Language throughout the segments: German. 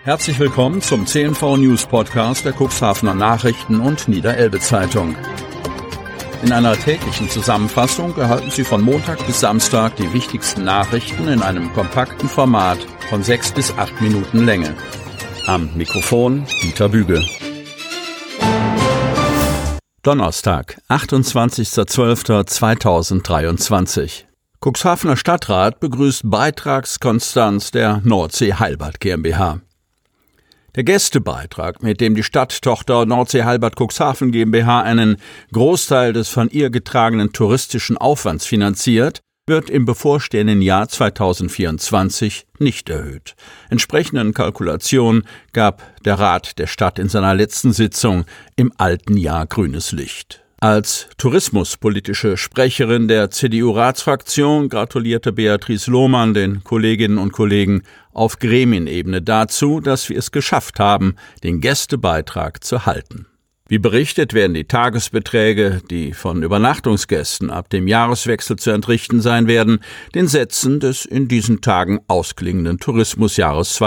Herzlich willkommen zum CNV News Podcast der Cuxhavener Nachrichten und Niederelbe Zeitung. In einer täglichen Zusammenfassung erhalten Sie von Montag bis Samstag die wichtigsten Nachrichten in einem kompakten Format von 6 bis 8 Minuten Länge. Am Mikrofon Dieter Büge. Donnerstag, 28.12.2023. Cuxhavener Stadtrat begrüßt Beitragskonstanz der Nordsee Heilbad GmbH. Der Gästebeitrag, mit dem die Stadttochter Nordsee Heilbad Cuxhaven GmbH einen Großteil des von ihr getragenen touristischen Aufwands finanziert, wird im bevorstehenden Jahr 2024 nicht erhöht. Entsprechenden Kalkulationen gab der Rat der Stadt in seiner letzten Sitzung im alten Jahr grünes Licht. Als tourismuspolitische Sprecherin der CDU-Ratsfraktion gratulierte Beatrice Lohmann den Kolleginnen und Kollegen auf Gremienebene dazu, dass wir es geschafft haben, den Gästebeitrag zu halten. Wie berichtet, werden die Tagesbeträge, die von Übernachtungsgästen ab dem Jahreswechsel zu entrichten sein werden, den Sätzen des in diesen Tagen ausklingenden Tourismusjahres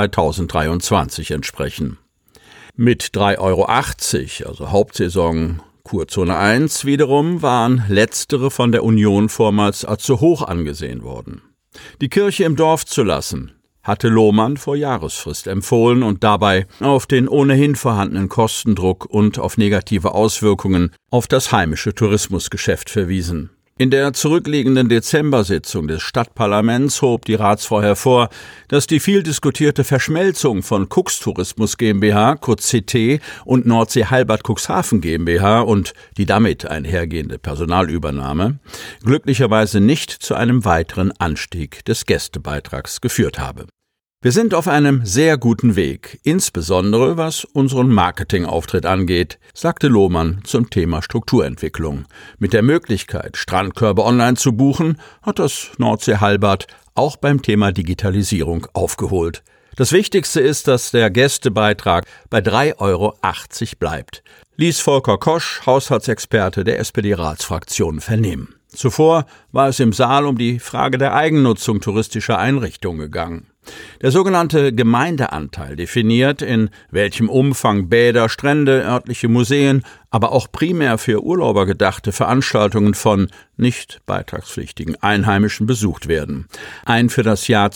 2023 entsprechen. Mit 3,80 Euro, also Hauptsaison Kurzone 1 wiederum, waren letztere von der Union vormals als zu hoch angesehen worden. Die Kirche im Dorf zu lassen, hatte Lohmann vor Jahresfrist empfohlen und dabei auf den ohnehin vorhandenen Kostendruck und auf negative Auswirkungen auf das heimische Tourismusgeschäft verwiesen. In der zurückliegenden Dezembersitzung des Stadtparlaments hob die Ratsfrau hervor, dass die viel diskutierte Verschmelzung von Cux Tourismus GmbH, kurz CT, und Nordsee Heilbad Cuxhaven GmbH und die damit einhergehende Personalübernahme glücklicherweise nicht zu einem weiteren Anstieg des Gästebeitrags geführt habe. Wir sind auf einem sehr guten Weg, insbesondere was unseren Marketingauftritt angeht, sagte Lohmann zum Thema Strukturentwicklung. Mit der Möglichkeit, Strandkörbe online zu buchen, hat das Nordsee Heilbad auch beim Thema Digitalisierung aufgeholt. Das Wichtigste ist, dass der Gästebeitrag bei 3,80 Euro bleibt, ließ Volker Kosch, Haushaltsexperte der SPD-Ratsfraktion, vernehmen. Zuvor war es im Saal um die Frage der Eigennutzung touristischer Einrichtungen gegangen. Der sogenannte Gemeindeanteil definiert, in welchem Umfang Bäder, Strände, örtliche Museen, aber auch primär für Urlauber gedachte Veranstaltungen von nicht beitragspflichtigen Einheimischen besucht werden. Ein für das Jahr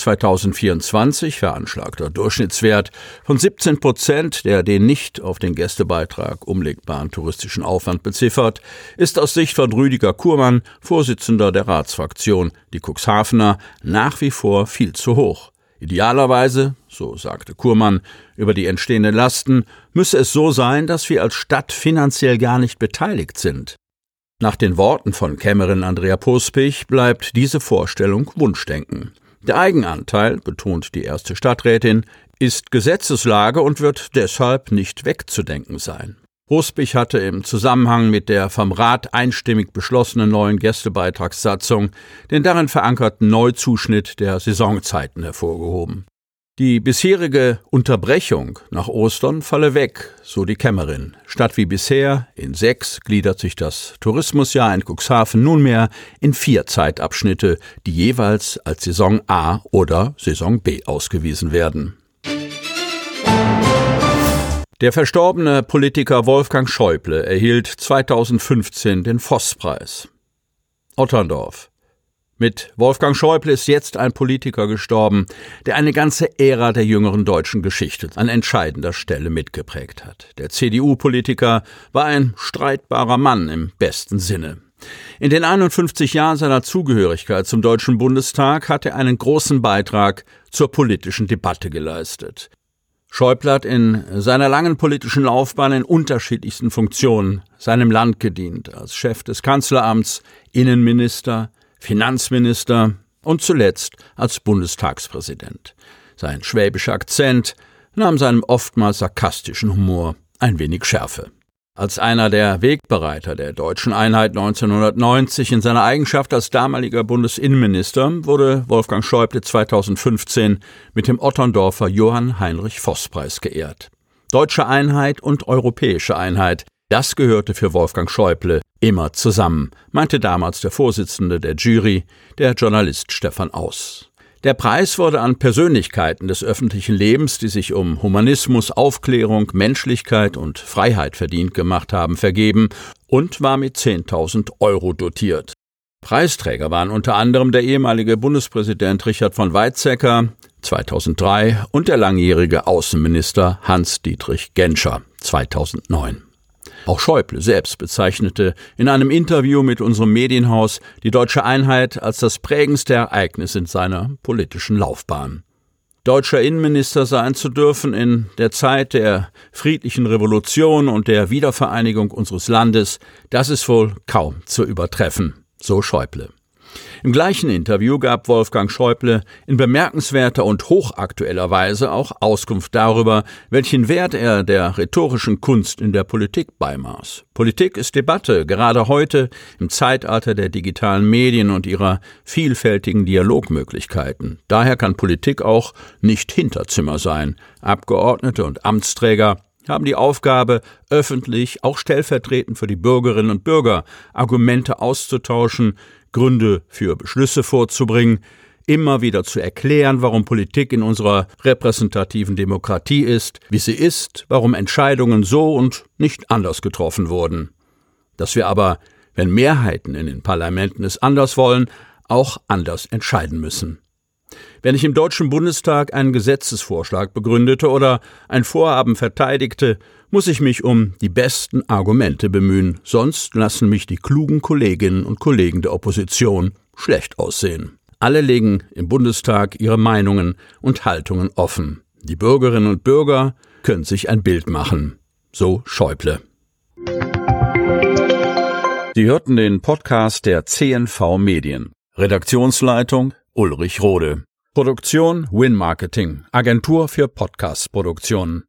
2024 veranschlagter Durchschnittswert von 17%, der den nicht auf den Gästebeitrag umlegbaren touristischen Aufwand beziffert, ist aus Sicht von Rüdiger Kurmann, Vorsitzender der Ratsfraktion, die Cuxhavener, nach wie vor viel zu hoch. Idealerweise, so sagte Kurmann über die entstehenden Lasten, müsse es so sein, dass wir als Stadt finanziell gar nicht beteiligt sind. Nach den Worten von Kämmerin Andrea Pospich bleibt diese Vorstellung Wunschdenken. Der Eigenanteil, betont die erste Stadträtin, ist Gesetzeslage und wird deshalb nicht wegzudenken sein. Pospich hatte im Zusammenhang mit der vom Rat einstimmig beschlossenen neuen Gästebeitragssatzung den darin verankerten Neuzuschnitt der Saisonzeiten hervorgehoben. Die bisherige Unterbrechung nach Ostern falle weg, so die Kämmerin. Statt wie bisher in 6 gliedert sich das Tourismusjahr in Cuxhaven nunmehr in 4 Zeitabschnitte, die jeweils als Saison A oder Saison B ausgewiesen werden. Der verstorbene Politiker Wolfgang Schäuble erhielt 2015 den Vosspreis. Otterndorf. Mit Wolfgang Schäuble ist jetzt ein Politiker gestorben, der eine ganze Ära der jüngeren deutschen Geschichte an entscheidender Stelle mitgeprägt hat. Der CDU-Politiker war ein streitbarer Mann im besten Sinne. In den 51 Jahren seiner Zugehörigkeit zum Deutschen Bundestag hat er einen großen Beitrag zur politischen Debatte geleistet. Schäuble hat in seiner langen politischen Laufbahn in unterschiedlichsten Funktionen seinem Land gedient, als Chef des Kanzleramts, Innenminister, Finanzminister und zuletzt als Bundestagspräsident. Sein schwäbischer Akzent nahm seinem oftmals sarkastischen Humor ein wenig Schärfe. Als einer der Wegbereiter der deutschen Einheit 1990 in seiner Eigenschaft als damaliger Bundesinnenminister wurde Wolfgang Schäuble 2015 mit dem Otterndorfer Johann Heinrich Voss-Preis geehrt. Deutsche Einheit und europäische Einheit, das gehörte für Wolfgang Schäuble immer zusammen, meinte damals der Vorsitzende der Jury, der Journalist Stefan Aus. Der Preis wurde an Persönlichkeiten des öffentlichen Lebens, die sich um Humanismus, Aufklärung, Menschlichkeit und Freiheit verdient gemacht haben, vergeben und war mit 10.000 € dotiert. Preisträger waren unter anderem der ehemalige Bundespräsident Richard von Weizsäcker 2003 und der langjährige Außenminister Hans-Dietrich Genscher 2009. Auch Schäuble selbst bezeichnete in einem Interview mit unserem Medienhaus die Deutsche Einheit als das prägendste Ereignis in seiner politischen Laufbahn. Deutscher Innenminister sein zu dürfen in der Zeit der friedlichen Revolution und der Wiedervereinigung unseres Landes, das ist wohl kaum zu übertreffen, so Schäuble. Im gleichen Interview gab Wolfgang Schäuble in bemerkenswerter und hochaktueller Weise auch Auskunft darüber, welchen Wert er der rhetorischen Kunst in der Politik beimaß. Politik ist Debatte, gerade heute im Zeitalter der digitalen Medien und ihrer vielfältigen Dialogmöglichkeiten. Daher kann Politik auch nicht Hinterzimmer sein. Abgeordnete und Amtsträger haben die Aufgabe, öffentlich, auch stellvertretend für die Bürgerinnen und Bürger, Argumente auszutauschen, Gründe für Beschlüsse vorzubringen, immer wieder zu erklären, warum Politik in unserer repräsentativen Demokratie ist, wie sie ist, warum Entscheidungen so und nicht anders getroffen wurden. Dass wir aber, wenn Mehrheiten in den Parlamenten es anders wollen, auch anders entscheiden müssen. Wenn ich im Deutschen Bundestag einen Gesetzesvorschlag begründete oder ein Vorhaben verteidigte, muss ich mich um die besten Argumente bemühen, sonst lassen mich die klugen Kolleginnen und Kollegen der Opposition schlecht aussehen. Alle legen im Bundestag ihre Meinungen und Haltungen offen. Die Bürgerinnen und Bürger können sich ein Bild machen. So Schäuble. Sie hörten den Podcast der CNV Medien. Redaktionsleitung Ulrich Rode. Produktion Win Marketing, Agentur für Podcast-Produktionen.